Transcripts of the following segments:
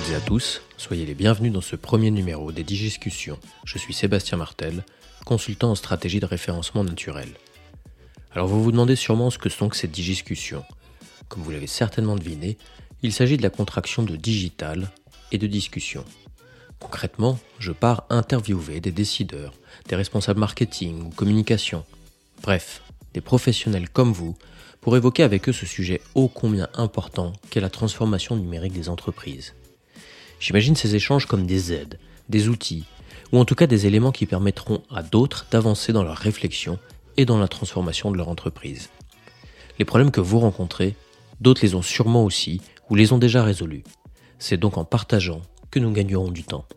toutes et à tous, soyez les bienvenus dans ce premier numéro des Digiscussions. Je suis Sébastien Martel, consultant en stratégie de référencement naturel. Alors vous vous demandez sûrement ce que sont que ces Digiscussions. Comme vous l'avez certainement deviné, il s'agit de la contraction de digital et de discussion. Concrètement, je pars interviewer des décideurs, des responsables marketing ou communication, bref, des professionnels comme vous, pour évoquer avec eux ce sujet ô combien important qu'est la transformation numérique des entreprises. J'imagine ces échanges comme des aides, des outils, ou en tout cas des éléments qui permettront à d'autres d'avancer dans leur réflexion et dans la transformation de leur entreprise. Les problèmes que vous rencontrez, d'autres les ont sûrement aussi ou les ont déjà résolus. C'est donc en partageant que nous gagnerons du temps.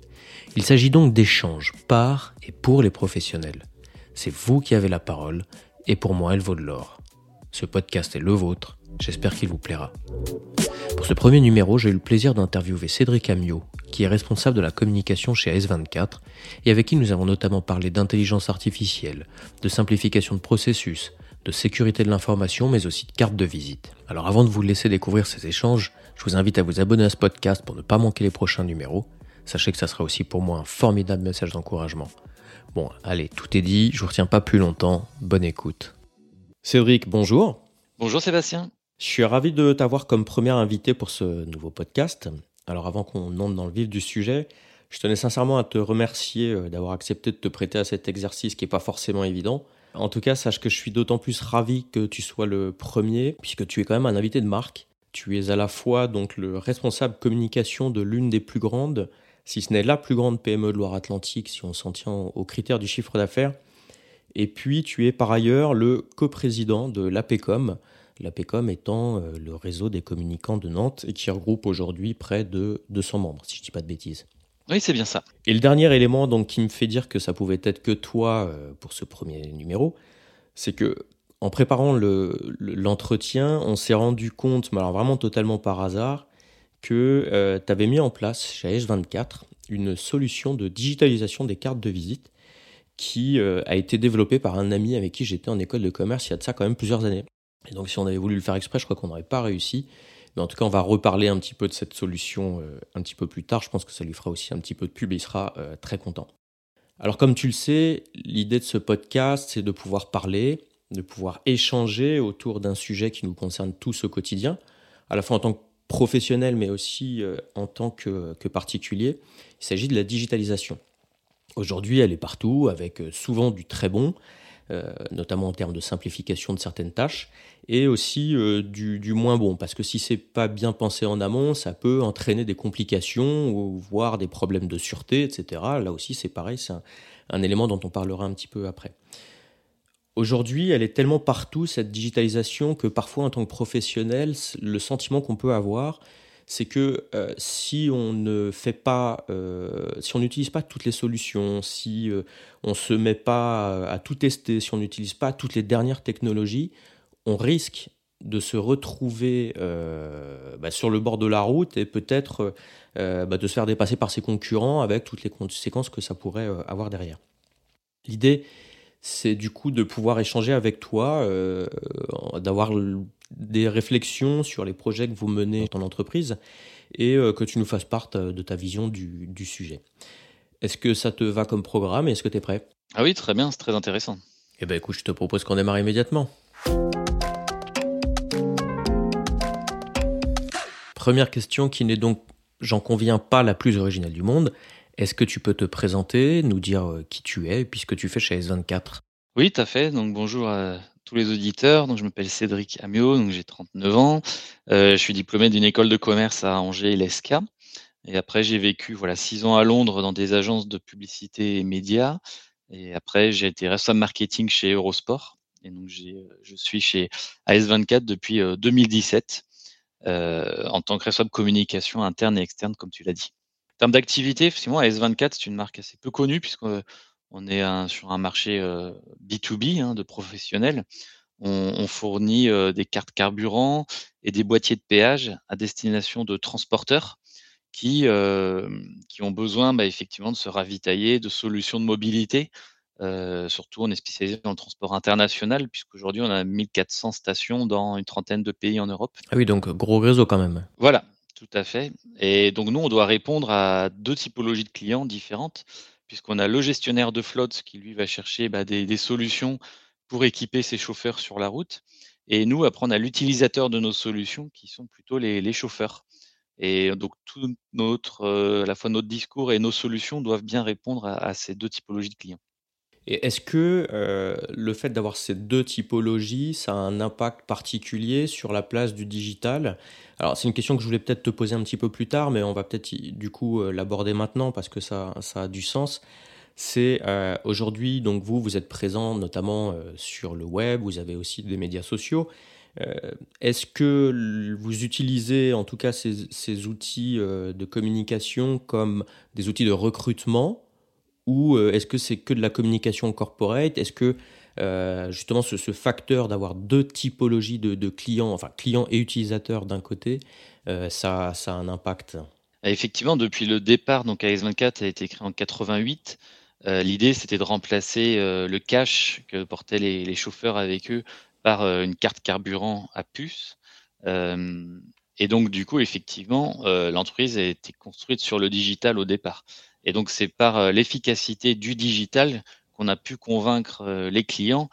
Il s'agit donc d'échanges par et pour les professionnels. C'est vous qui avez la parole et pour moi elle vaut de l'or. Ce podcast est le vôtre, j'espère qu'il vous plaira. Pour ce premier numéro, j'ai eu le plaisir d'interviewer Cédric Amiot, qui est responsable de la communication chez AS24 et avec qui nous avons notamment parlé d'intelligence artificielle, de simplification de processus, de sécurité de l'information, mais aussi de carte de visite. Alors avant de vous laisser découvrir ces échanges, je vous invite à vous abonner à ce podcast pour ne pas manquer les prochains numéros. Sachez que ça sera aussi pour moi un formidable message d'encouragement. Bon, allez, tout est dit, je vous retiens pas plus longtemps, bonne écoute. Cédric, bonjour. Bonjour Sébastien. Je suis ravi de t'avoir comme premier invité pour ce nouveau podcast. Alors avant qu'on entre dans le vif du sujet, je tenais sincèrement à te remercier d'avoir accepté de te prêter à cet exercice qui n'est pas forcément évident. En tout cas, sache que je suis d'autant plus ravi que tu sois le premier, puisque tu es quand même un invité de marque. Tu es à la fois donc le responsable communication de l'une des plus grandes, si ce n'est la plus grande PME de Loire-Atlantique, si on s'en tient aux critères du chiffre d'affaires. Et puis, tu es par ailleurs le coprésident de l'APCOM, l'APCOM étant le réseau des communicants de Nantes et qui regroupe aujourd'hui près de 200 membres, si je ne dis pas de bêtises. Oui, c'est bien ça. Et le dernier élément donc, qui me fait dire que ça pouvait être que toi pour ce premier numéro, c'est que en préparant l'entretien, on s'est rendu compte, mais alors vraiment totalement par hasard, que tu avais mis en place chez AS24 une solution de digitalisation des cartes de visite qui a été développé par un ami avec qui j'étais en école de commerce il y a de ça quand même plusieurs années. Et donc si on avait voulu le faire exprès, je crois qu'on n'aurait pas réussi. Mais en tout cas, on va reparler un petit peu de cette solution un petit peu plus tard. Je pense que ça lui fera aussi un petit peu de pub et il sera très content. Alors comme tu le sais, l'idée de ce podcast, c'est de pouvoir parler, de pouvoir échanger autour d'un sujet qui nous concerne tous au quotidien, à la fois en tant que professionnel, mais aussi en tant que particulier. Il s'agit de la digitalisation. Aujourd'hui, elle est partout, avec souvent du très bon, notamment en termes de simplification de certaines tâches, et aussi du moins bon, parce que si c'est pas bien pensé en amont, ça peut entraîner des complications, ou voire des problèmes de sûreté, etc. Là aussi, c'est pareil, c'est un élément dont on parlera un petit peu après. Aujourd'hui, elle est tellement partout, cette digitalisation, que parfois, en tant que professionnel, le sentiment qu'on peut avoir, c'est que si on ne fait pas, si on n'utilise pas toutes les solutions, si on ne se met pas à tout tester, si on n'utilise pas toutes les dernières technologies, on risque de se retrouver sur le bord de la route et peut-être de se faire dépasser par ses concurrents avec toutes les conséquences que ça pourrait avoir derrière. L'idée, c'est du coup de pouvoir échanger avec toi, d'avoir des réflexions sur les projets que vous menez dans ton entreprise et que tu nous fasses part de ta vision du sujet. Est-ce que ça te va comme programme et est-ce que tu es prêt ? Ah oui, très bien, c'est très intéressant. Eh bien écoute, je te propose qu'on démarre immédiatement. Première question qui n'est donc, j'en conviens, pas la plus originale du monde. Est-ce que tu peux te présenter, nous dire qui tu es et puis ce que tu fais chez AS24 ? Oui, tout à fait. Donc bonjour à tous les auditeurs. Donc je m'appelle Cédric Amiot, donc j'ai 39 ans. Je suis diplômé d'une école de commerce à Angers, l'ESCA. Et après, j'ai vécu 6 ans à Londres dans des agences de publicité et médias. Et après, j'ai été responsable marketing chez Eurosport. Et donc je suis chez AS24 depuis 2017 en tant que responsable communication interne et externe, comme tu l'as dit. En termes d'activité, effectivement, AS24, c'est une marque assez peu connue puisqu'on est sur un marché B2B de professionnels. On fournit des cartes carburant et des boîtiers de péage à destination de transporteurs qui ont besoin effectivement de se ravitailler, de solutions de mobilité. Surtout, on est spécialisé dans le transport international puisqu'aujourd'hui, on a 1400 stations dans une trentaine de pays en Europe. Ah oui, donc gros réseau quand même. Voilà, Tout à fait. Et donc nous, on doit répondre à 2 typologies de clients différentes, puisqu'on a le gestionnaire de flotte qui lui va chercher, des solutions pour équiper ses chauffeurs sur la route. Et nous, après, on a l'utilisateur de nos solutions qui sont plutôt les chauffeurs. Et donc tout notre, à la fois notre discours et nos solutions doivent bien répondre à ces 2 typologies de clients. Et est-ce que le fait d'avoir ces deux typologies, ça a un impact particulier sur la place du digital? Alors, c'est une question que je voulais peut-être te poser un petit peu plus tard, mais on va peut-être du coup l'aborder maintenant parce que ça a du sens. C'est aujourd'hui, donc vous êtes présent notamment sur le web, vous avez aussi des médias sociaux. Euh, Est-ce que vous utilisez en tout cas ces outils de communication comme des outils de recrutement? Ou est-ce que c'est que de la communication corporate? Est-ce que justement ce facteur d'avoir deux typologies de clients, enfin clients et utilisateurs d'un côté, ça a un impact? Effectivement, depuis le départ, donc AS24 a été créé en 88. L'idée, c'était de remplacer, le cash que portaient les chauffeurs avec eux par, une carte carburant à puce. Hem et donc du coup, effectivement, l'entreprise a été construite sur le digital au départ et donc c'est par, l'efficacité du digital qu'on a pu convaincre, les clients,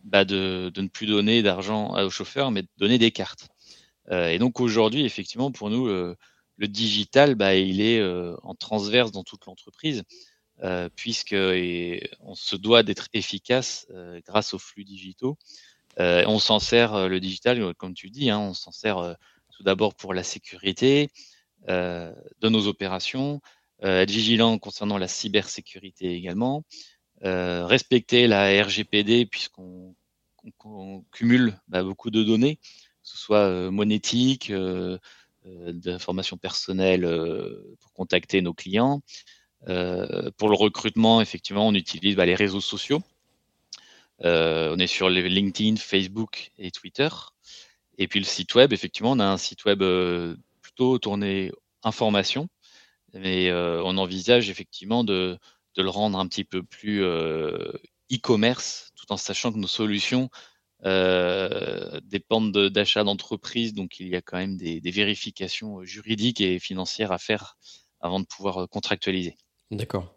de ne plus donner d'argent aux chauffeurs, mais de donner des cartes. Et donc aujourd'hui, effectivement, pour nous, le digital, il est, en transverse dans toute l'entreprise, puisque on se doit d'être efficace, grâce aux flux digitaux. On s'en sert, le digital, comme tu dis, hein, on s'en sert, tout d'abord pour la sécurité, de nos opérations, être vigilant concernant la cybersécurité également, respecter la RGPD puisqu'on cumule, beaucoup de données, que ce soit, monétiques, d'informations personnelles, pour contacter nos clients. Pour le recrutement, effectivement, on utilise, les réseaux sociaux. On est sur les LinkedIn, Facebook et Twitter. Et puis le site web, effectivement, on a un site web, plutôt tourné information, mais on envisage effectivement de le rendre un petit peu plus, e-commerce, tout en sachant que nos solutions, dépendent d'achats d'entreprises, donc il y a quand même des vérifications, juridiques et financières à faire avant de pouvoir, contractualiser. D'accord.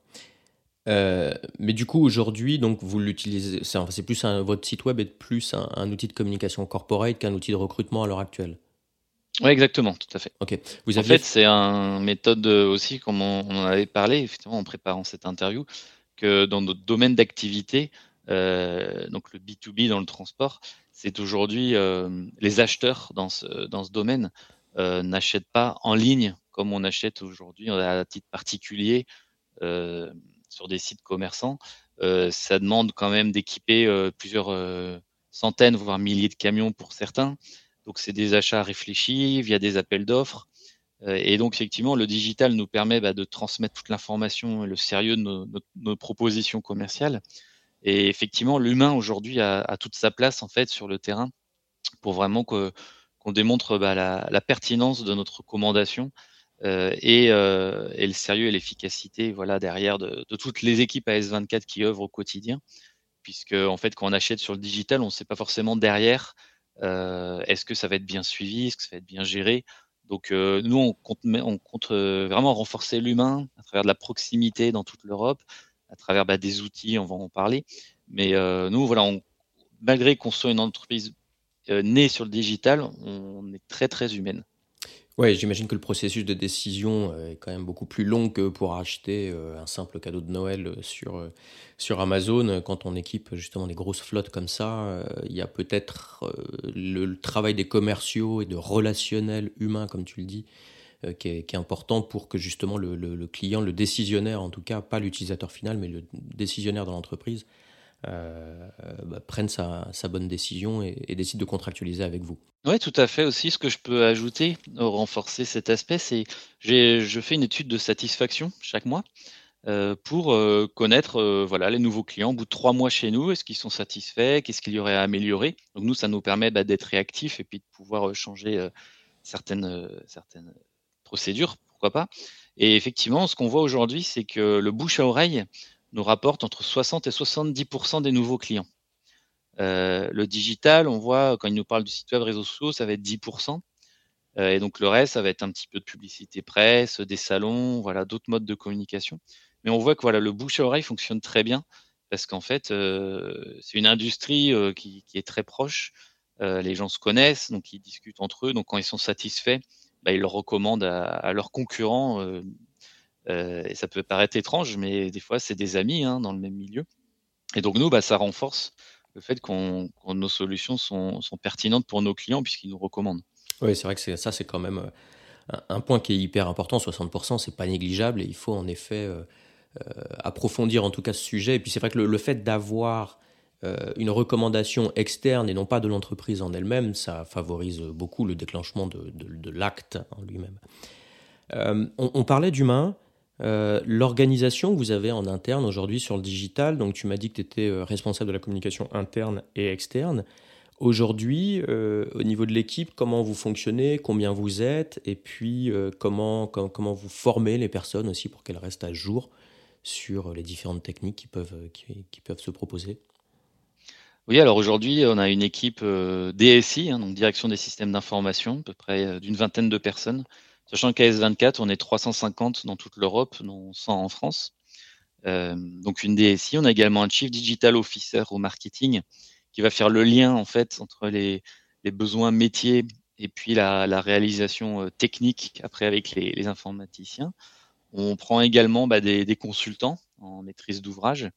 Mais du coup, aujourd'hui, donc vous l'utilisez, c'est plus votre site web est plus un outil de communication corporate qu'un outil de recrutement à l'heure actuelle. Ouais, exactement, tout à fait. Ok. Vous En aviez. fait, c'est un méthode, aussi comme on en avait parlé effectivement en préparant cette interview, que dans notre domaine d'activité, donc le B2B dans le transport, c'est aujourd'hui, les acheteurs dans ce domaine, n'achètent pas en ligne comme on achète aujourd'hui à titre particulier, heu, sur des sites commerçants. Ça demande quand même d'équiper, plusieurs, centaines, voire milliers de camions pour certains. Donc c'est des achats réfléchis via des appels d'offres. Et donc effectivement, le digital nous permet, de transmettre toute l'information et le sérieux de nos propositions commerciales. Et effectivement, l'humain aujourd'hui a toute sa place en fait sur le terrain pour vraiment qu'on démontre, la pertinence de notre recommandation, et le sérieux et l'efficacité, voilà, derrière de toutes les équipes AS24 qui œuvrent au quotidien. Puisque en fait, quand on achète sur le digital, on ne sait pas forcément derrière, est-ce que ça va être bien suivi? Est-ce que ça va être bien géré? Donc, nous, on compte, vraiment renforcer l'humain à travers de la proximité dans toute l'Europe, à travers, des outils, on va en parler. Mais, nous, voilà, malgré qu'on soit une entreprise, née sur le digital, on est très, très humaine. Ouais, j'imagine que le processus de décision est quand même beaucoup plus long que pour acheter un simple cadeau de Noël sur Amazon. Quand on équipe justement des grosses flottes comme ça, il y a peut-être le travail des commerciaux et de relationnel humain, comme tu le dis, qui est important pour que justement le client, le décisionnaire en tout cas, pas l'utilisateur final, mais le décisionnaire dans l'entreprise, prenne sa bonne décision et décide de contractualiser avec vous. Ouais, tout à fait aussi. Ce que je peux ajouter, renforcer cet aspect, c'est je fais une étude de satisfaction chaque mois. Pour, connaître, voilà, les nouveaux clients au bout de 3 mois chez nous. Est-ce qu'ils sont satisfaits? Qu'est-ce qu'il y aurait à améliorer? Donc nous, ça nous permet, d'être réactifs et puis de pouvoir, changer, certaines procédures, pourquoi pas. Et effectivement, ce qu'on voit aujourd'hui, c'est que le bouche à oreille nous rapporte entre 60 et 70 des nouveaux clients. Le digital, on voit quand ils nous parlent du site web, réseaux sociaux, ça va être 10. Et donc le reste, ça va être un petit peu de publicité presse, des salons, voilà, d'autres modes de communication. Mais on voit que voilà, le bouche à oreille fonctionne très bien parce qu'en fait, c'est une industrie qui est très proche. Les gens se connaissent, donc ils discutent entre eux. Donc quand ils sont satisfaits, bah, ils le recommandent à leurs concurrents. Et ça peut paraître étrange, mais des fois, c'est des amis hein, dans le même milieu. Et donc nous, bah, ça renforce le fait que nos solutions sont pertinentes pour nos clients puisqu'ils nous recommandent. Oui, c'est vrai que ça, c'est quand même un point qui est hyper important. 60%, c'est pas négligeable et il faut en effet approfondir en tout cas ce sujet. Et puis c'est vrai que le fait d'avoir une recommandation externe et non pas de l'entreprise en elle-même, ça favorise beaucoup le déclenchement de l'acte en lui-même. On parlait d'humain. L'organisation que vous avez en interne aujourd'hui sur le digital, donc tu m'as dit que tu étais responsable de la communication interne et externe. Aujourd'hui, au niveau de l'équipe, comment vous fonctionnez, combien vous êtes, et puis comment vous formez les personnes aussi pour qu'elles restent à jour sur les différentes techniques qui peuvent se proposer. Oui, alors aujourd'hui, on a une équipe DSI, hein, donc direction des systèmes d'information, à peu près d'une vingtaine de personnes. Sachant qu'à S24, on est 350 dans toute l'Europe, dont 100 en France. Donc une DSI. On a également un Chief Digital Officer au marketing qui va faire le lien en fait entre les besoins métiers et puis la réalisation technique après avec les informaticiens. On prend également des consultants en maîtrise d'ouvrage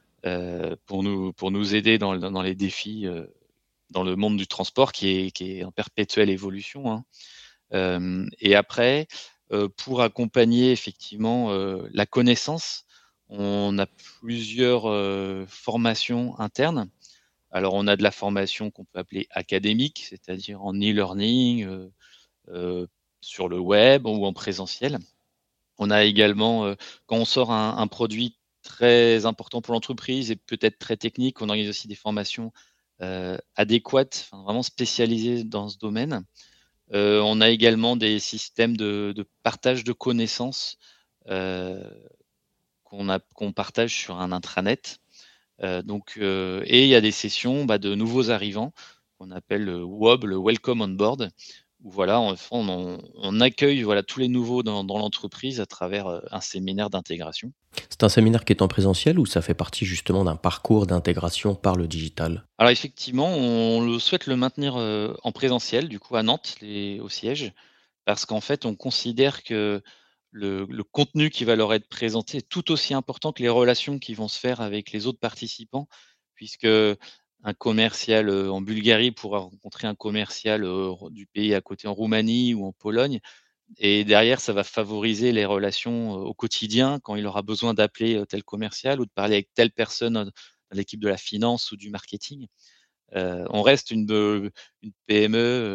pour nous aider dans les défis dans le monde du transport qui est en perpétuelle évolution. Hein. Et après, pour accompagner effectivement la connaissance, on a plusieurs formations internes. Alors, on a de la formation qu'on peut appeler académique, c'est-à-dire en e-learning, euh, sur le web ou en présentiel. On a également, quand on sort un produit très important pour l'entreprise et peut-être très technique, on organise aussi des formations adéquates, enfin, vraiment spécialisées dans ce domaine. On a également des systèmes de partage de connaissances euh, qu'on partage sur un intranet. Et il y a des sessions de nouveaux arrivants qu'on appelle le WOB, le Welcome on Board, où voilà, on accueille voilà, tous les nouveaux dans l'entreprise à travers un séminaire d'intégration. C'est un séminaire qui est en présentiel ou ça fait partie justement d'un parcours d'intégration par le digital? Alors effectivement, on souhaite le maintenir en présentiel, du coup à Nantes, au siège, parce qu'en fait, on considère que le contenu qui va leur être présenté est tout aussi important que les relations qui vont se faire avec les autres participants, puisque un commercial en Bulgarie pourra rencontrer un commercial du pays à côté en Roumanie ou en Pologne. Et derrière, ça va favoriser les relations au quotidien quand il aura besoin d'appeler tel commercial ou de parler avec telle personne dans l'équipe de la finance ou du marketing. On reste une PME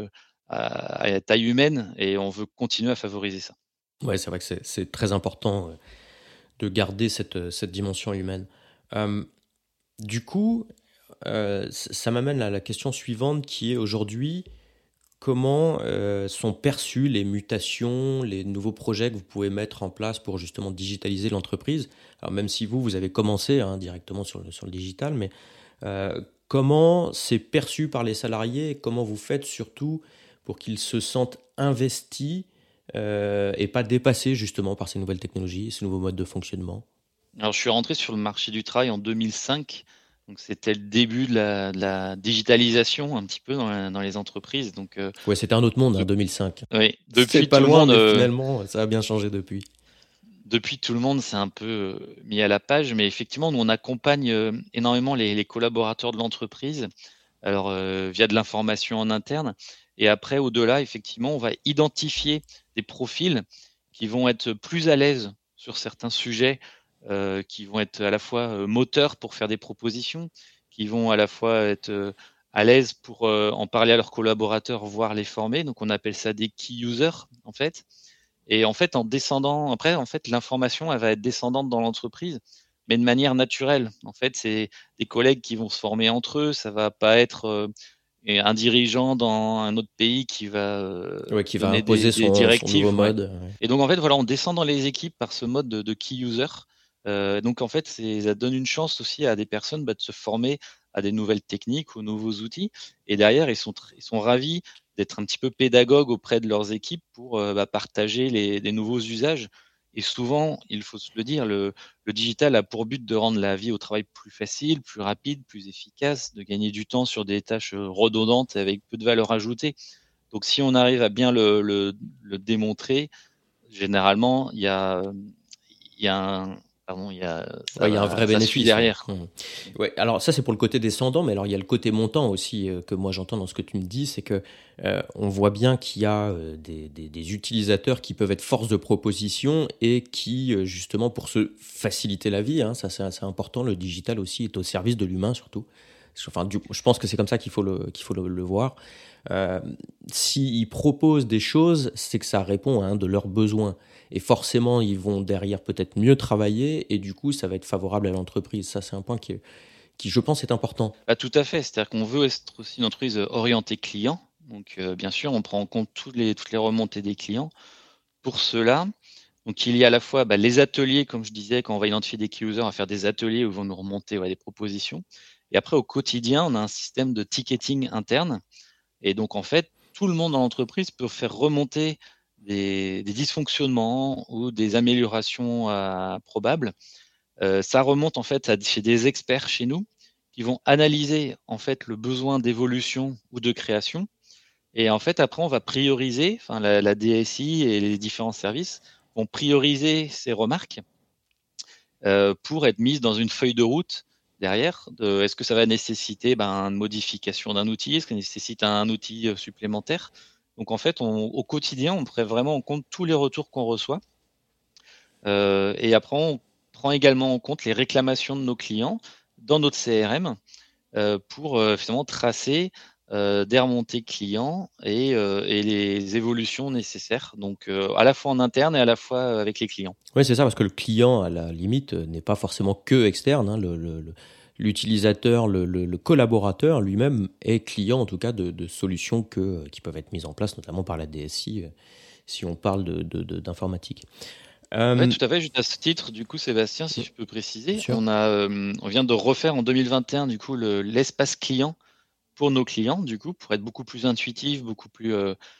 à taille humaine et on veut continuer à favoriser ça. Ouais, c'est vrai que c'est très important de garder cette dimension humaine. Euh, du coup, ça m'amène à la question suivante qui est aujourd'hui, comment sont perçues les mutations, les nouveaux projets que vous pouvez mettre en place pour justement digitaliser l'entreprise? Alors même si vous avez commencé hein, directement sur le digital, mais comment c'est perçu par les salariés et comment vous faites surtout pour qu'ils se sentent investis et pas dépassés justement par ces nouvelles technologies, ces nouveaux modes de fonctionnement? Alors, je suis rentré sur le marché du travail en 2005, donc c'était le début de la digitalisation un petit peu dans les entreprises. Donc, Ouais, c'était un autre monde, hein, de- 2005. oui, C'est pas loin, mais finalement, ça a bien changé depuis. depuis tout le monde s'est un peu mis à la page, mais effectivement, nous on accompagne énormément les collaborateurs de l'entreprise, alors via de l'information en interne, et après au-delà, effectivement, on va identifier des profils qui vont être plus à l'aise sur certains sujets, qui vont être à la fois moteurs pour faire des propositions, qui vont à la fois être à l'aise pour en parler à leurs collaborateurs, voire les former. Donc on appelle ça des key users en fait. Et en fait, en descendant, après, en fait, l'information, elle va être descendante dans l'entreprise, mais de manière naturelle. En fait, c'est des collègues qui vont se former entre eux. Ça va pas être un dirigeant dans un autre pays qui va Ouais, qui va donner imposer des son nouveau directives. Ouais. mode. Ouais. Et donc, en fait, voilà, on descend dans les équipes par ce mode de key user. Donc, en fait, ça donne une chance aussi à des personnes de se former à des nouvelles techniques, aux nouveaux outils. Et derrière, ils sont ravis d'être un petit peu pédagogue auprès de leurs équipes pour partager les nouveaux usages. Et souvent, il faut se le dire, le digital a pour but de rendre la vie au travail plus facile, plus rapide, plus efficace, de gagner du temps sur des tâches redondantes et avec peu de valeur ajoutée. Donc si on arrive à bien le démontrer, généralement, il y a un pardon, il y a Ouais, il y a un vrai ça suit bénéfice. Ouais. derrière, quoi. Ouais, alors ça c'est pour le côté descendant, mais alors il y a le côté montant aussi que moi j'entends dans ce que tu me dis, c'est que on voit bien qu'il y a des utilisateurs qui peuvent être force de proposition et qui justement pour se faciliter la vie, hein, ça c'est assez important, le digital aussi est au service de l'humain surtout. Enfin, je pense que c'est comme ça qu'il faut le voir. Euh, S'ils proposent des choses, c'est que ça répond à un de leurs besoins. Et forcément, ils vont derrière peut-être mieux travailler et du coup, ça va être favorable à l'entreprise. Ça, c'est un point qui, je pense, est important. Bah, tout à fait, c'est-à-dire qu'on veut être aussi une entreprise orientée client. Donc, bien sûr, on prend en compte toutes les remontées des clients. Pour cela, donc il y a à la fois les ateliers, comme je disais, quand on va identifier des key users, on va faire des ateliers où ils vont nous remonter des propositions. Et après, au quotidien, on a un système de ticketing interne. Et donc, en fait, tout le monde dans l'entreprise peut faire remonter des dysfonctionnements ou des améliorations probables. Ça remonte en fait chez des experts chez nous qui vont analyser en fait le besoin d'évolution ou de création. Et en fait, après, on va prioriser, enfin la DSI et les différents services vont prioriser ces remarques pour être mises dans une feuille de route derrière. Est-ce que ça va nécessiter une modification d'un outil? Est-ce que ça nécessite un outil supplémentaire? Donc en fait, au quotidien, on prend vraiment en compte tous les retours qu'on reçoit. Et après, on prend également en compte les réclamations de nos clients dans notre CRM pour finalement tracer des remontées clients et les évolutions nécessaires, donc à la fois en interne et à la fois avec les clients. Oui, c'est ça, parce que le client, à la limite, n'est pas forcément que externe, hein. L'utilisateur, le collaborateur lui-même est client, en tout cas, de solutions qui peuvent être mises en place, notamment par la DSI, si on parle d'informatique. Ouais, Euh, tout à fait. Juste à ce titre, du coup, Sébastien, si je peux Bien préciser, sûr. on vient de refaire en 2021 du coup l'espace client pour nos clients, du coup, pour être beaucoup plus intuitif, beaucoup plus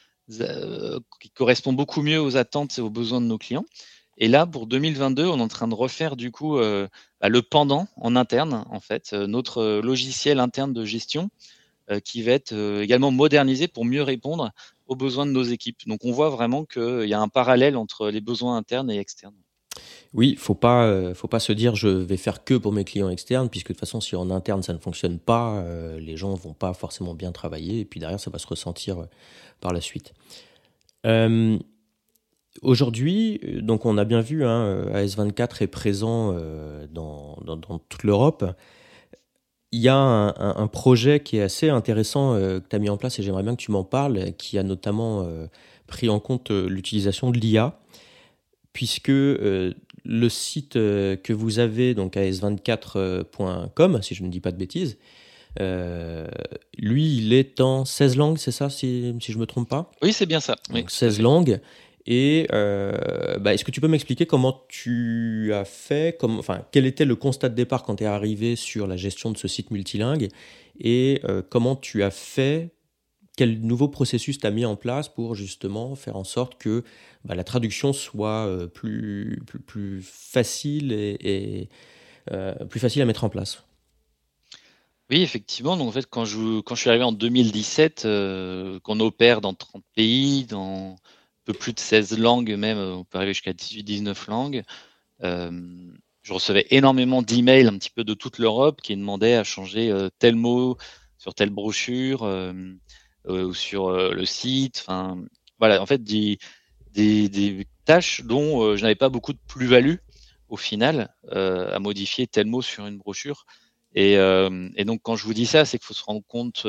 qui correspond beaucoup mieux aux attentes et aux besoins de nos clients. Et là, pour 2022, on est en train de refaire du coup le pendant en interne, en fait, notre logiciel interne de gestion qui va être également modernisé pour mieux répondre aux besoins de nos équipes. Donc, on voit vraiment qu'il y a un parallèle entre les besoins internes et externes. Oui, faut pas se dire je vais faire que pour mes clients externes, puisque de toute façon, si en interne ça ne fonctionne pas, les gens vont pas forcément bien travailler, et puis derrière, ça va se ressentir par la suite. Euh, Aujourd'hui, donc on a bien vu, hein, AS24 est présent dans toute l'Europe. Il y a un projet qui est assez intéressant que tu as mis en place, et j'aimerais bien que tu m'en parles, qui a notamment pris en compte l'utilisation de l'IA, puisque le site que vous avez, donc as24.com, si je ne dis pas de bêtises, euh, lui, il est en 16 langues, c'est ça, si je ne me trompe pas? Oui, c'est bien ça. Oui, Donc tout à 16 fait. langues. Et est-ce que tu peux m'expliquer comment tu as fait, enfin, quel était le constat de départ quand tu es arrivé sur la gestion de ce site multilingue et comment tu as fait, quel nouveau processus tu as mis en place pour justement faire en sorte que la traduction soit plus facile et plus facile à mettre en place. Oui, effectivement. Donc, en fait, quand je suis arrivé en 2017, qu'on opère dans 30 pays, dans un peu plus de 16 langues même, on peut arriver jusqu'à 18-19 langues, je recevais énormément d'emails un petit peu de toute l'Europe qui demandaient à changer tel mot sur telle brochure ou sur le site. Enfin, voilà, en fait, des tâches dont je n'avais pas beaucoup de plus-value au final à modifier tel mot sur une brochure. Et donc, quand je vous dis ça, c'est qu'il faut se rendre compte,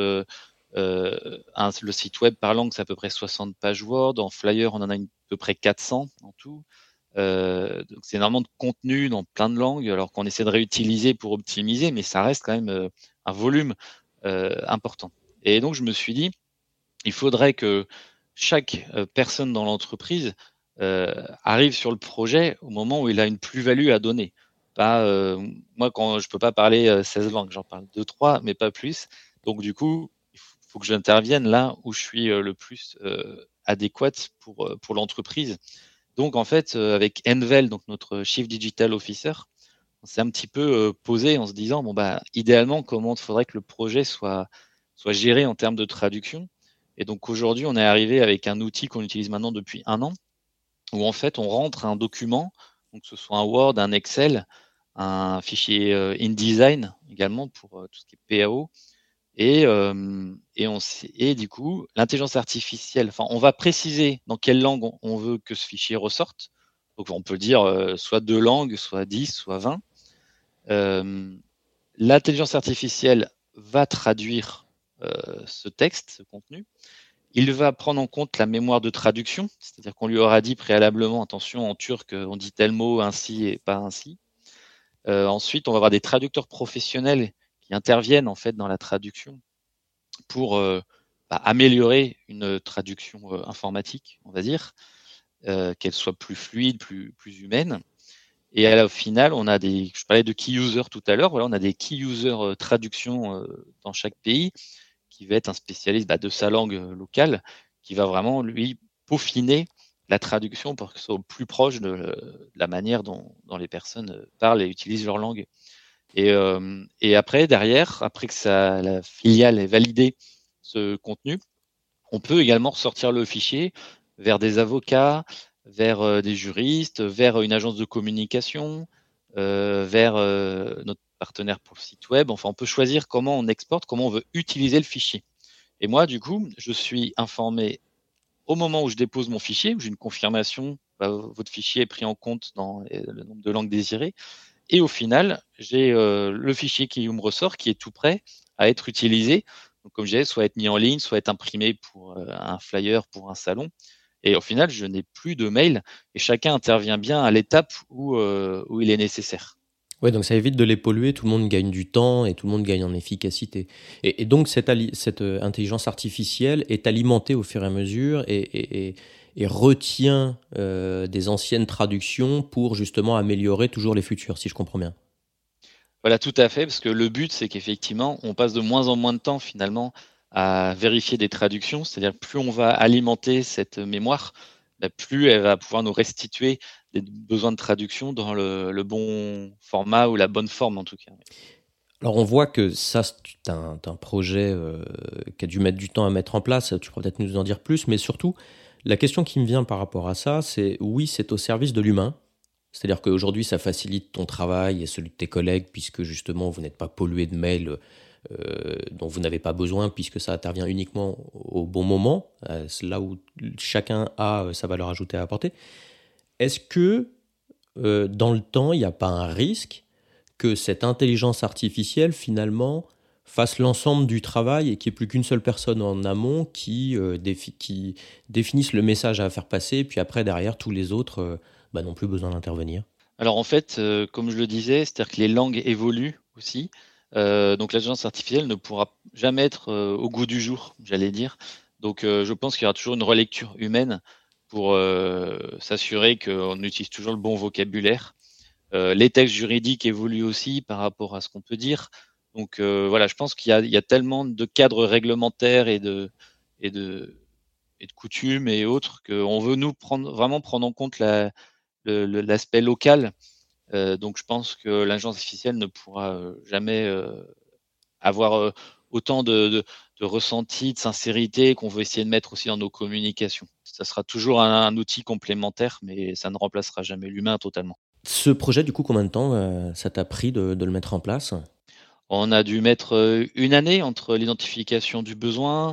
le site web par langue, c'est à peu près 60 pages Word. En Flyer, on en a à peu près 400 en tout. Donc, c'est énormément de contenu dans plein de langues, alors qu'on essaie de réutiliser pour optimiser, mais ça reste quand même un volume important. Et donc, je me suis dit, il faudrait que chaque personne dans l'entreprise arrive sur le projet au moment où il a une plus-value à donner. Pas, moi, quand je peux pas parler 16 langues, j'en parle deux, trois, mais pas plus. Donc, du coup, faut que j'intervienne là où je suis le plus adéquate pour l'entreprise. Donc en fait, avec Envel, donc notre Chief Digital Officer, on s'est un petit peu posé en se disant bon bah idéalement comment il faudrait que le projet soit géré en termes de traduction. Et donc aujourd'hui, on est arrivé avec un outil qu'on utilise maintenant depuis 1 an, où en fait on rentre un document, donc que ce soit un Word, un Excel, un fichier InDesign également pour tout ce qui est PAO. Et du coup, l'intelligence artificielle, enfin, on va préciser dans quelle langue on veut que ce fichier ressorte. Donc, on peut dire soit 2 langues, soit 10, soit 20. L'intelligence artificielle va traduire ce texte, ce contenu. Il va prendre en compte la mémoire de traduction, c'est-à-dire qu'on lui aura dit préalablement, attention, en turc, on dit tel mot ainsi et pas ainsi. Ensuite, on va avoir des traducteurs professionnels qui interviennent en fait dans la traduction pour améliorer une traduction informatique, on va dire, qu'elle soit plus fluide, plus humaine. Et au final, je parlais de key user tout à l'heure, voilà, on a des key user traduction dans chaque pays, qui va être un spécialiste de sa langue locale, qui va vraiment, lui, peaufiner la traduction pour que ce soit au plus proche de la manière dont les personnes parlent et utilisent leur langue. Et après, derrière, après que la filiale ait validé ce contenu, on peut également ressortir le fichier vers des avocats, vers des juristes, vers une agence de communication, vers notre partenaire pour le site web. Enfin, on peut choisir comment on exporte, comment on veut utiliser le fichier. Et moi, du coup, je suis informé au moment où je dépose mon fichier, où j'ai une confirmation, votre fichier est pris en compte dans le nombre de langues désirées. Et au final, j'ai le fichier qui me ressort, qui est tout prêt à être utilisé. Donc, comme je disais, soit être mis en ligne, soit être imprimé pour un flyer pour un salon. Et au final, je n'ai plus de mail et chacun intervient bien à l'étape où il est nécessaire. Ouais, donc ça évite de les polluer, tout le monde gagne du temps et tout le monde gagne en efficacité. Et donc cette intelligence artificielle est alimentée au fur et à mesure et retient des anciennes traductions pour justement améliorer toujours les futures, si je comprends bien. Voilà, tout à fait, parce que le but, c'est qu'effectivement, on passe de moins en moins de temps finalement à vérifier des traductions, c'est-à-dire plus on va alimenter cette mémoire, plus elle va pouvoir nous restituer des besoins de traduction dans le bon format ou la bonne forme en tout cas. Alors on voit que ça, c'est un projet qui a dû mettre du temps à mettre en place, tu pourras peut-être nous en dire plus, mais surtout, la question qui me vient par rapport à ça, c'est oui, c'est au service de l'humain, c'est-à-dire qu'aujourd'hui, ça facilite ton travail et celui de tes collègues, puisque justement, vous n'êtes pas pollué de mails dont vous n'avez pas besoin, puisque ça intervient uniquement au bon moment, c'est là où chacun a sa valeur ajoutée à apporter. Est-ce que dans le temps, il n'y a pas un risque que cette intelligence artificielle, finalement, fasse l'ensemble du travail et qu'il n'y ait plus qu'une seule personne en amont qui définisse le message à faire passer, puis après, derrière, tous les autres n'ont plus besoin d'intervenir? Alors en fait, comme je le disais, c'est-à-dire que les langues évoluent aussi. Donc l'intelligence artificielle ne pourra jamais être au goût du jour, j'allais dire. Donc je pense qu'il y aura toujours une relecture humaine pour s'assurer qu'on utilise toujours le bon vocabulaire. Les textes juridiques évoluent aussi par rapport à ce qu'on peut dire. Donc voilà, je pense qu'il y a tellement de cadres réglementaires et de, et de coutumes et autres qu'on veut nous vraiment prendre en compte l'aspect local. Donc je pense que l'intelligence artificielle ne pourra jamais avoir autant de ressenti, de sincérité qu'on veut essayer de mettre aussi dans nos communications. Ça sera toujours un outil complémentaire, mais ça ne remplacera jamais l'humain totalement. Ce projet, du coup, combien de temps ça t'a pris de le mettre en place? On a dû mettre 1 année entre l'identification du besoin,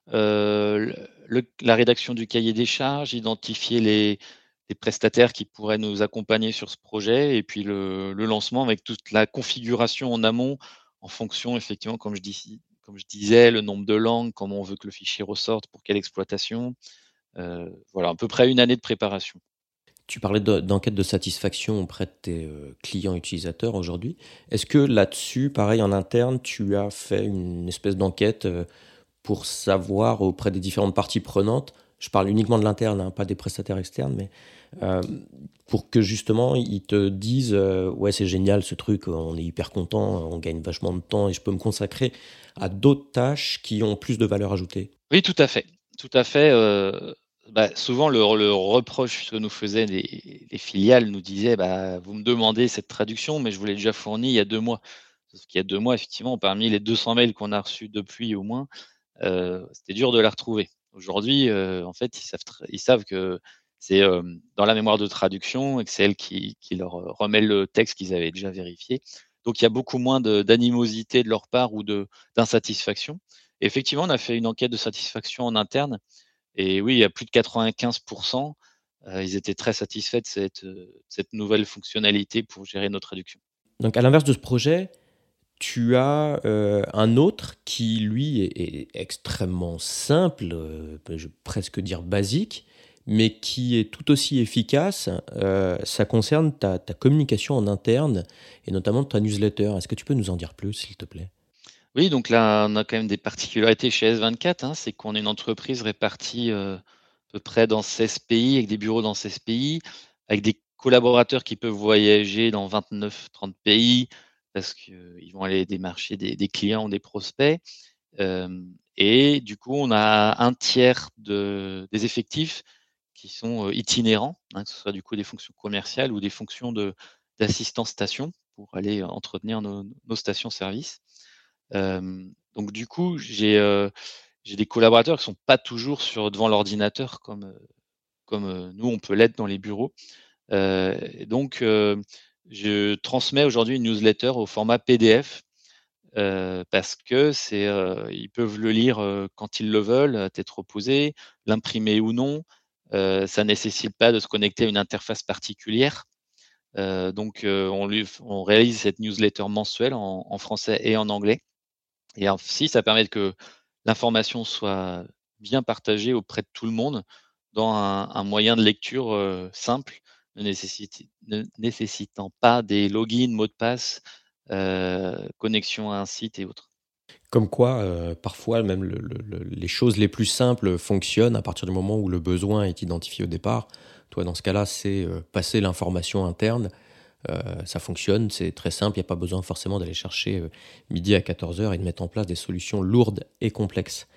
la rédaction du cahier des charges, identifier les prestataires qui pourraient nous accompagner sur ce projet et puis le lancement avec toute la configuration en amont en fonction effectivement, comme je disais, le nombre de langues, comment on veut que le fichier ressorte, pour quelle exploitation. Voilà, à peu près 1 année de préparation. Tu parlais d'enquête de satisfaction auprès de tes clients utilisateurs aujourd'hui. Est-ce que là-dessus, pareil en interne, tu as fait une espèce d'enquête pour savoir auprès des différentes parties prenantes je parle uniquement de l'interne, hein, pas des prestataires externes, mais euh, pour que justement ils te disent ouais, c'est génial ce truc, on est hyper content, on gagne vachement de temps et je peux me consacrer à d'autres tâches qui ont plus de valeur ajoutée. Oui, tout à fait. Tout à fait. Souvent, le reproche que nous faisaient les filiales nous disait, vous me demandez cette traduction, mais je vous l'ai déjà fournie il y a 2 mois. Sauf qu'il y a 2 mois, effectivement, parmi les 200 mails qu'on a reçus depuis au moins, c'était dur de la retrouver. Aujourd'hui, en fait, ils savent que c'est dans la mémoire de traduction et que c'est elle qui leur remet le texte qu'ils avaient déjà vérifié. Donc, il y a beaucoup moins d'animosité de leur part ou d'insatisfaction. Et effectivement, on a fait une enquête de satisfaction en interne. Et oui, il y a plus de 95%, ils étaient très satisfaits de cette nouvelle fonctionnalité pour gérer nos traductions. Donc à l'inverse de ce projet, tu as un autre qui, lui, est extrêmement simple, je vais presque dire basique, mais qui est tout aussi efficace. Ça concerne ta communication en interne et notamment ta newsletter. Est-ce que tu peux nous en dire plus, s'il te plaît? Oui, donc là, on a quand même des particularités chez S24, hein, c'est qu'on est une entreprise répartie à peu près dans 16 pays, avec des bureaux dans 16 pays, avec des collaborateurs qui peuvent voyager dans 29-30 pays parce qu'ils vont aller démarcher des clients ou des prospects. Et du coup, on a un tiers des effectifs qui sont itinérants, hein, que ce soit du coup des fonctions commerciales ou des fonctions d'assistance station pour aller entretenir nos stations-service. Donc du coup, j'ai des collaborateurs qui sont pas toujours devant l'ordinateur comme nous, on peut l'être dans les bureaux. Et donc, je transmets aujourd'hui une newsletter au format PDF, parce que ils peuvent le lire, quand ils le veulent, à tête reposée, l'imprimer ou non. Ça nécessite pas de se connecter à une interface particulière. Donc, on réalise cette newsletter mensuelle en français et en anglais. Et ainsi, ça permet que l'information soit bien partagée auprès de tout le monde dans un moyen de lecture simple, ne nécessitant pas des logins, mots de passe, connexion à un site et autres. Comme quoi, parfois, même les choses les plus simples fonctionnent à partir du moment où le besoin est identifié au départ. Toi, dans ce cas-là, c'est passer l'information interne. Ça fonctionne, c'est très simple, il n'y a pas besoin forcément d'aller chercher midi à 14 heures et de mettre en place des solutions lourdes et complexes.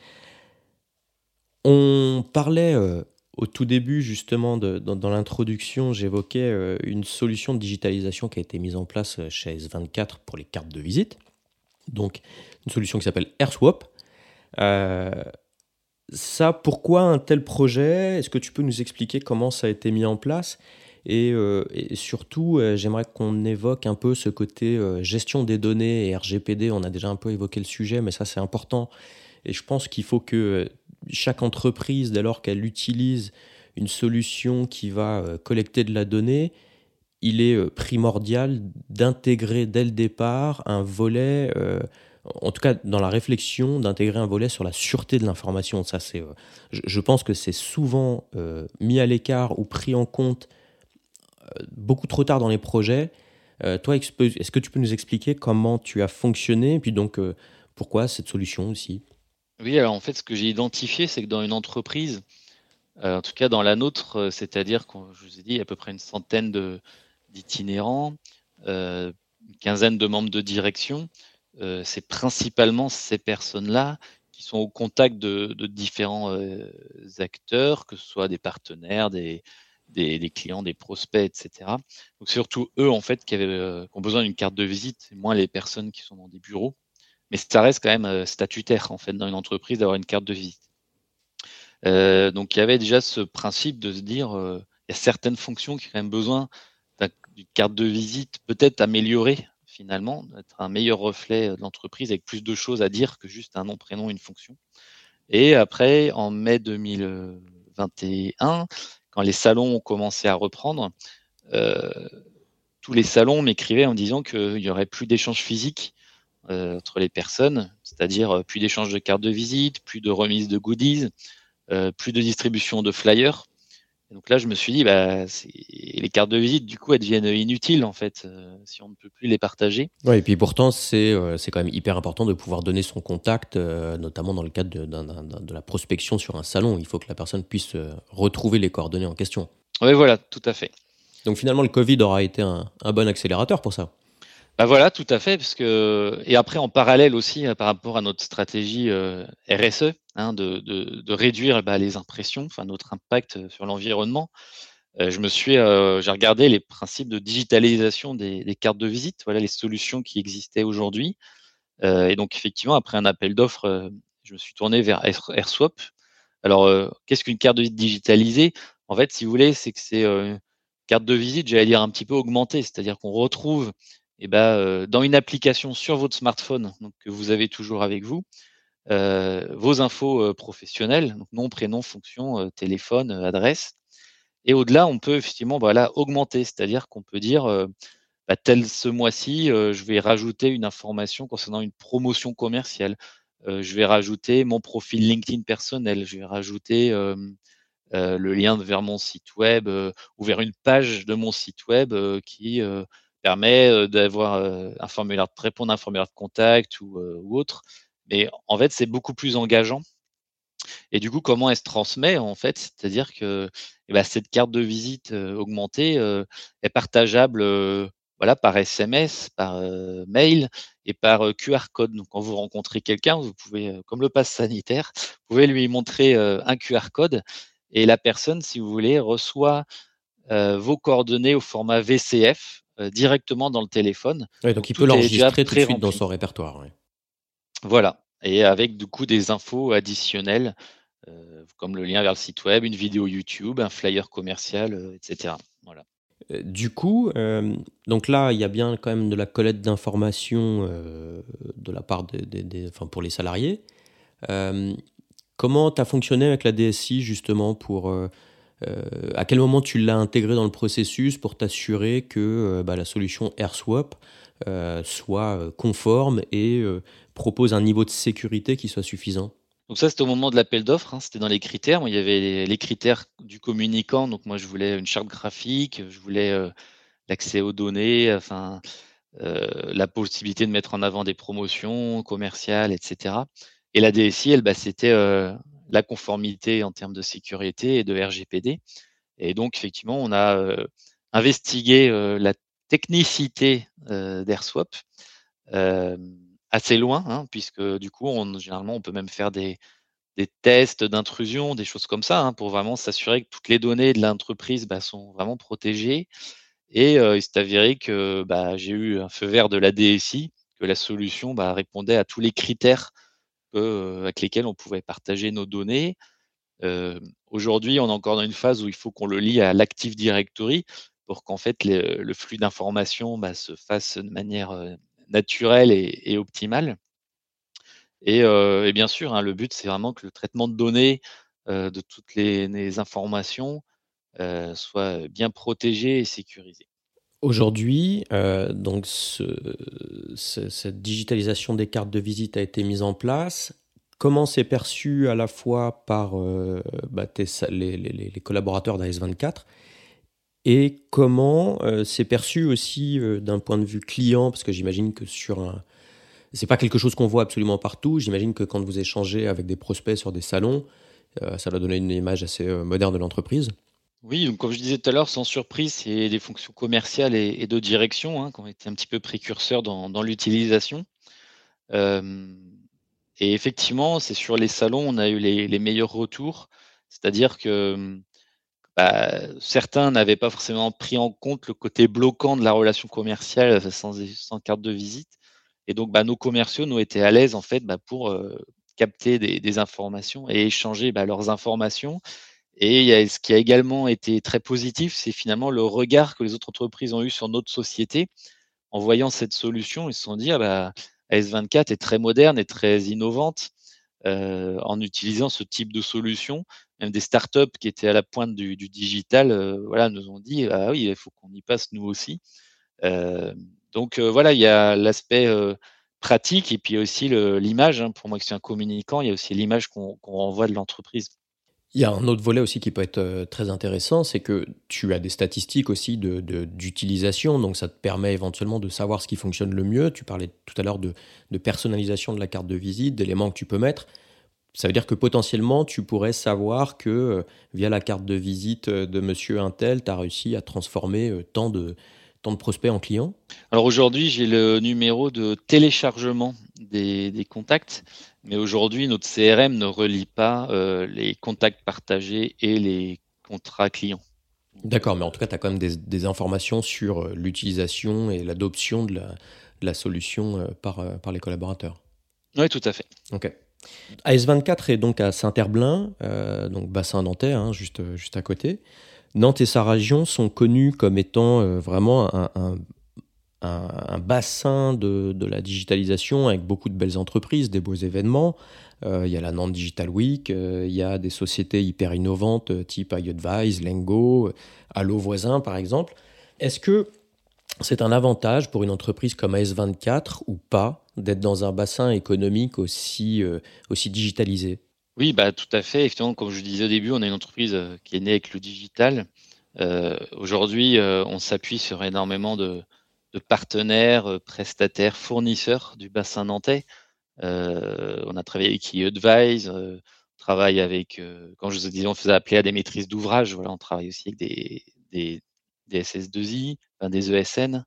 On parlait au tout début, justement, dans l'introduction, j'évoquais une solution de digitalisation qui a été mise en place chez S24 pour les cartes de visite. Donc, une solution qui s'appelle AirSwap. Euh, Ça, pourquoi un tel projet? Est-ce que tu peux nous expliquer comment ça a été mis en place? Et surtout, j'aimerais qu'on évoque un peu ce côté gestion des données et RGPD. On a déjà un peu évoqué le sujet, mais ça, c'est important. Et je pense qu'il faut que chaque entreprise, dès lors qu'elle utilise une solution qui va collecter de la donnée, il est primordial d'intégrer dès le départ un volet, en tout cas dans la réflexion, d'intégrer un volet sur la sûreté de l'information. Ça, je pense que c'est souvent mis à l'écart ou pris en compte beaucoup trop tard dans les projets. Toi, est-ce que tu peux nous expliquer comment tu as fonctionné et puis donc pourquoi cette solution aussi? Oui, alors en fait, ce que j'ai identifié, c'est que dans une entreprise, en tout cas dans la nôtre, c'est-à-dire qu'on je vous ai dit, il y a à peu près une centaine d'itinérants, une quinzaine de membres de direction. C'est principalement ces personnes-là qui sont au contact de différents acteurs, que ce soit des partenaires, des clients, des prospects, etc. Donc surtout eux en fait qui ont besoin d'une carte de visite, et moins les personnes qui sont dans des bureaux. Mais ça reste quand même statutaire en fait dans une entreprise d'avoir une carte de visite. Donc il y avait déjà ce principe de se dire, il y a certaines fonctions qui ont quand même besoin d'une carte de visite peut-être améliorée finalement, d'être un meilleur reflet de l'entreprise avec plus de choses à dire que juste un nom, prénom, une fonction. Et après, en mai 2021, quand les salons ont commencé à reprendre, euh, tous les salons m'écrivaient en disant qu'il n'y aurait plus d'échanges physiques entre les personnes, c'est-à-dire plus d'échanges de cartes de visite, plus de remises de goodies, plus de distribution de flyers, Et donc là, je me suis dit, bah, les cartes de visite, du coup, elles deviennent inutiles, en fait, si on ne peut plus les partager. Ouais, et puis pourtant, c'est quand même hyper important de pouvoir donner son contact, notamment dans le cadre de la prospection sur un salon. Il faut que la personne puisse retrouver les coordonnées en question. Oui, voilà, tout à fait. Donc finalement, le Covid aura été un bon accélérateur pour ça. Bah voilà, tout à fait, parce que et après en parallèle aussi, par rapport à notre stratégie, RSE, hein, de réduire, bah, les impressions, enfin notre impact, sur l'environnement. J'ai regardé les principes de digitalisation des cartes de visite, voilà les solutions qui existaient aujourd'hui. Et donc effectivement, après un appel d'offres, je me suis tourné vers AirSwap. Alors, qu'est-ce qu'une carte de visite digitalisée? En fait, si vous voulez, c'est que c'est, une carte de visite, j'allais dire un petit peu augmentée. C'est-à-dire qu'on retrouve et bah, dans une application sur votre smartphone, donc que vous avez toujours avec vous, vos infos, professionnelles, donc nom, prénom, fonction, téléphone, adresse. Et au-delà, on peut effectivement, bah, là, augmenter. C'est-à-dire qu'on peut dire, bah, tel ce mois-ci, je vais rajouter une information concernant une promotion commerciale. Je vais rajouter mon profil LinkedIn personnel. Je vais rajouter, le lien vers mon site web, ou vers une page de mon site web, qui, permet, d'avoir, un formulaire de répondre à un formulaire de contact ou autre. Mais en fait, c'est beaucoup plus engageant et du coup, comment elle se transmet en fait? C'est-à-dire que, et bah, cette carte de visite, augmentée, est partageable, voilà, par SMS, par, mail et par, QR code. Donc quand vous rencontrez quelqu'un, vous pouvez, comme le pass sanitaire, vous pouvez lui montrer, un QR code et la personne, si vous voulez, reçoit, vos coordonnées au format VCF, directement dans le téléphone. Ouais, donc Donc il peut tout est déjà l'enregistrer tout de suite dans pré-rempli. son répertoire. Ouais. Voilà et avec du coup des infos additionnelles. Comme le lien vers le site web, une vidéo YouTube, un flyer commercial, et cetera. Voilà. Du coup, donc là, il y a bien quand même de la collecte d'informations de la part enfin, pour les salariés. Euh, Comment tu as fonctionné avec la DSI justement pour à quel moment tu l'as intégré dans le processus pour t'assurer que bah, la solution AirSwap soit conforme et propose un niveau de sécurité qui soit suffisant? Donc ça, c'était au moment de l'appel d'offres, hein, c'était dans les critères. Il y avait les critères du communicant, donc moi je voulais une charte graphique, je voulais, l'accès aux données, enfin, la possibilité de mettre en avant des promotions commerciales et cetera et la DSI, elle, bah, c'était, la conformité en termes de sécurité et de RGPD. Et donc effectivement, on a, investigué, la technicité, d'AirSwap, assez loin, hein, puisque du coup, généralement, on peut même faire des tests d'intrusion, des choses comme ça, hein, pour vraiment s'assurer que toutes les données de l'entreprise, bah, sont vraiment protégées et il s'est avéré que, bah, j'ai eu un feu vert de la DSI, que la solution, bah, répondait à tous les critères avec lesquels on pouvait partager nos données. Aujourd'hui, on est encore dans une phase où il faut qu'on le lie à l'Active Directory pour qu'en fait le flux d'informations, bah, se fasse de manière, naturelle et optimale et bien sûr, hein, le but, c'est vraiment que le traitement de données, de toutes les informations, soit, bien protégé et sécurisé. Aujourd'hui, donc cette digitalisation des cartes de visite a été mise en place. Comment c'est perçu à la fois par bah, les collaborateurs d'AS24 et comment c'est perçu aussi d'un point de vue client? Parce que j'imagine que c'est pas quelque chose qu'on voit absolument partout. J'imagine que quand vous échangez avec des prospects sur des salons, ça doit donner une image assez moderne de l'entreprise. Oui, donc comme je disais tout à l'heure, sans surprise, c'est des fonctions commerciales et de direction, hein, qui ont été un petit peu précurseurs dans l'utilisation. Hem Et effectivement, c'est sur les salons, on a eu les meilleurs retours. C'est-à-dire que, bah, certains n'avaient pas forcément pris en compte le côté bloquant de la relation commerciale, sans carte de visite et donc, bah, nos commerciaux nous étaient à l'aise en fait, bah, pour, capter des informations et échanger, bah, leurs informations et il y a ce qui a également été très positif, c'est finalement le regard que les autres entreprises ont eu sur notre société. En voyant cette solution, ils se sont dit: «Ah bah, AS24 est très moderne et très innovante, en utilisant ce type de solution». Même des startups qui étaient à la pointe du digital, voilà, nous ont dit: «Ah oui, il faut qu'on y passe nous aussi». Hem, voilà, il y a l'aspect, pratique et puis aussi l'image, hein. Pour moi qui suis un communicant, il y a aussi l'image qu'on renvoie de l'entreprise. Il y a un autre volet aussi qui peut être très intéressant, c'est que tu as des statistiques aussi d'utilisation, donc ça te permet éventuellement de savoir ce qui fonctionne le mieux. Tu parlais tout à l'heure de personnalisation de la carte de visite, d'éléments que tu peux mettre. Ça veut dire que potentiellement, tu pourrais savoir que via la carte de visite de monsieur Untel, tu as réussi à transformer tant de prospects en clients. Alors aujourd'hui, j'ai le numéro de téléchargement des contacts, mais aujourd'hui, notre CRM ne relie pas les contacts partagés et les contrats clients. D'accord, mais en tout cas, tu as quand même des informations sur l'utilisation et l'adoption de la solution par les collaborateurs. Oui, tout à fait. Ok. AS24 est donc à Saint-Herblain, donc bassin nantais, hein, juste à côté. Nantes et sa région sont connus comme étant vraiment un bassin de la digitalisation avec beaucoup de belles entreprises, des beaux événements. Il y a la Nantes Digital Week, il y a des sociétés hyper innovantes type iAdvise, Lengo, Allo Voisin par exemple. Est-ce que c'est un avantage pour une entreprise comme AS24 ou pas d'être dans un bassin économique aussi digitalisé? Oui, bah, tout à fait. Effectivement, comme je disais au début, on est une entreprise qui est née avec le digital. Aujourd'hui, on s'appuie sur énormément de partenaires, prestataires, fournisseurs du bassin nantais. On a travaillé avec iAdvise, on travaille avec, quand je vous disais, on faisait appeler à des maîtrises d'ouvrage, voilà, on travaille aussi avec des SS2I, enfin des ESN.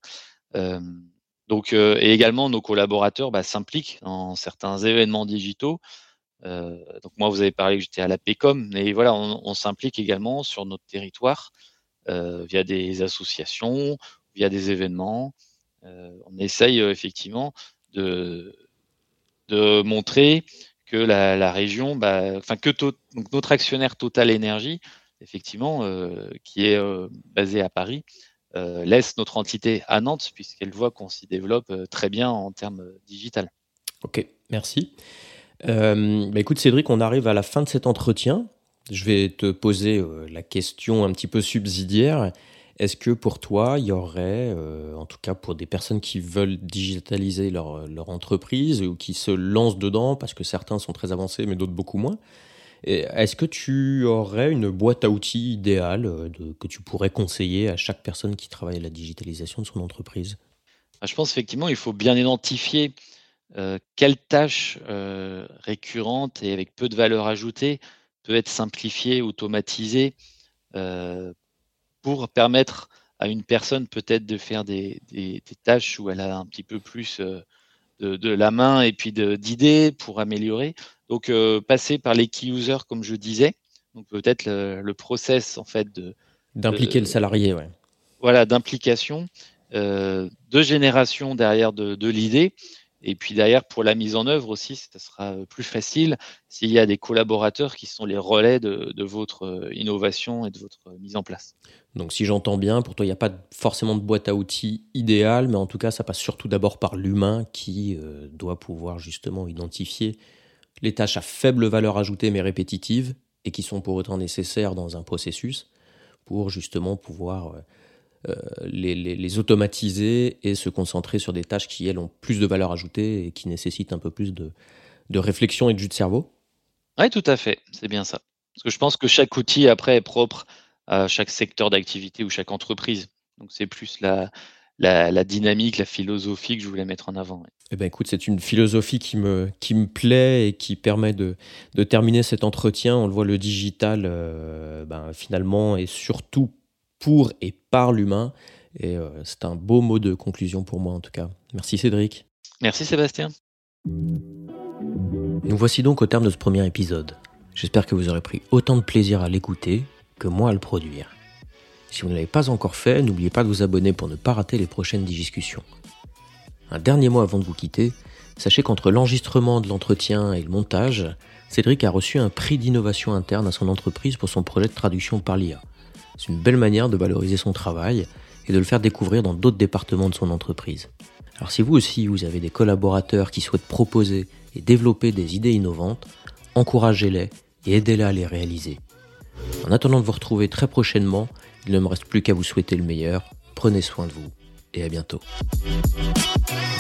Et également nos collaborateurs s'impliquent dans certains événements digitaux. Donc moi, vous avez parlé que j'étais à la PECOM, mais voilà, on s'implique également sur notre territoire via des associations, via des événements. On essaye effectivement de montrer que la région, donc notre actionnaire Total Énergie, effectivement, qui est basé à Paris, laisse notre entité à Nantes puisqu'elle voit qu'on s'y développe très bien en termes digital. Ok, merci. Écoute Cédric, on arrive à la fin de cet entretien. Je vais te poser la question un petit peu subsidiaire. Est-ce que pour toi, il y aurait, en tout cas pour des personnes qui veulent digitaliser leur entreprise ou qui se lancent dedans, parce que certains sont très avancés mais d'autres beaucoup moins, est-ce que tu aurais une boîte à outils idéale que tu pourrais conseiller à chaque personne qui travaille à la digitalisation de son entreprise? Je pense effectivement il faut bien identifier quelle tâche récurrente et avec peu de valeur ajoutée peut être simplifiée, automatisée pour permettre à une personne peut-être de faire des tâches où elle a un petit peu plus de la main et puis d'idées pour améliorer. Donc passer par les key users comme je disais, donc peut-être le process en fait D'impliquer le salarié, ouais. voilà, d'implication, de génération derrière de l'idée. Et puis derrière, pour la mise en œuvre aussi, ça sera plus facile s'il y a des collaborateurs qui sont les relais de votre innovation et de votre mise en place. Donc si j'entends bien, pour toi, il n'y a pas forcément de boîte à outils idéale, mais en tout cas, ça passe surtout d'abord par l'humain qui doit pouvoir justement identifier les tâches à faible valeur ajoutée mais répétitives et qui sont pour autant nécessaires dans un processus pour justement pouvoir les automatiser et se concentrer sur des tâches qui, elles, ont plus de valeur ajoutée et qui nécessitent un peu plus de réflexion et de jus de cerveau. Oui, tout à fait, c'est bien ça. Parce que je pense que chaque outil, après, est propre à chaque secteur d'activité ou chaque entreprise. Donc c'est plus la dynamique, la philosophie que je voulais mettre en avant. Ouais. Eh ben, écoute, c'est une philosophie qui me plaît et qui permet de terminer cet entretien. On le voit, le digital, finalement, est surtout pour et par l'humain. Et c'est un beau mot de conclusion pour moi, en tout cas. Merci Cédric. Merci Sébastien. Nous voici donc au terme de ce premier épisode. J'espère que vous aurez pris autant de plaisir à l'écouter que moi à le produire. Si vous ne l'avez pas encore fait, n'oubliez pas de vous abonner pour ne pas rater les prochaines discussions. Un dernier mot avant de vous quitter, sachez qu'entre l'enregistrement de l'entretien et le montage, Cédric a reçu un prix d'innovation interne à son entreprise pour son projet de traduction par l'IA. C'est une belle manière de valoriser son travail et de le faire découvrir dans d'autres départements de son entreprise. Alors si vous aussi, vous avez des collaborateurs qui souhaitent proposer et développer des idées innovantes, encouragez-les et aidez-les à les réaliser. En attendant de vous retrouver très prochainement, il ne me reste plus qu'à vous souhaiter le meilleur. Prenez soin de vous et à bientôt.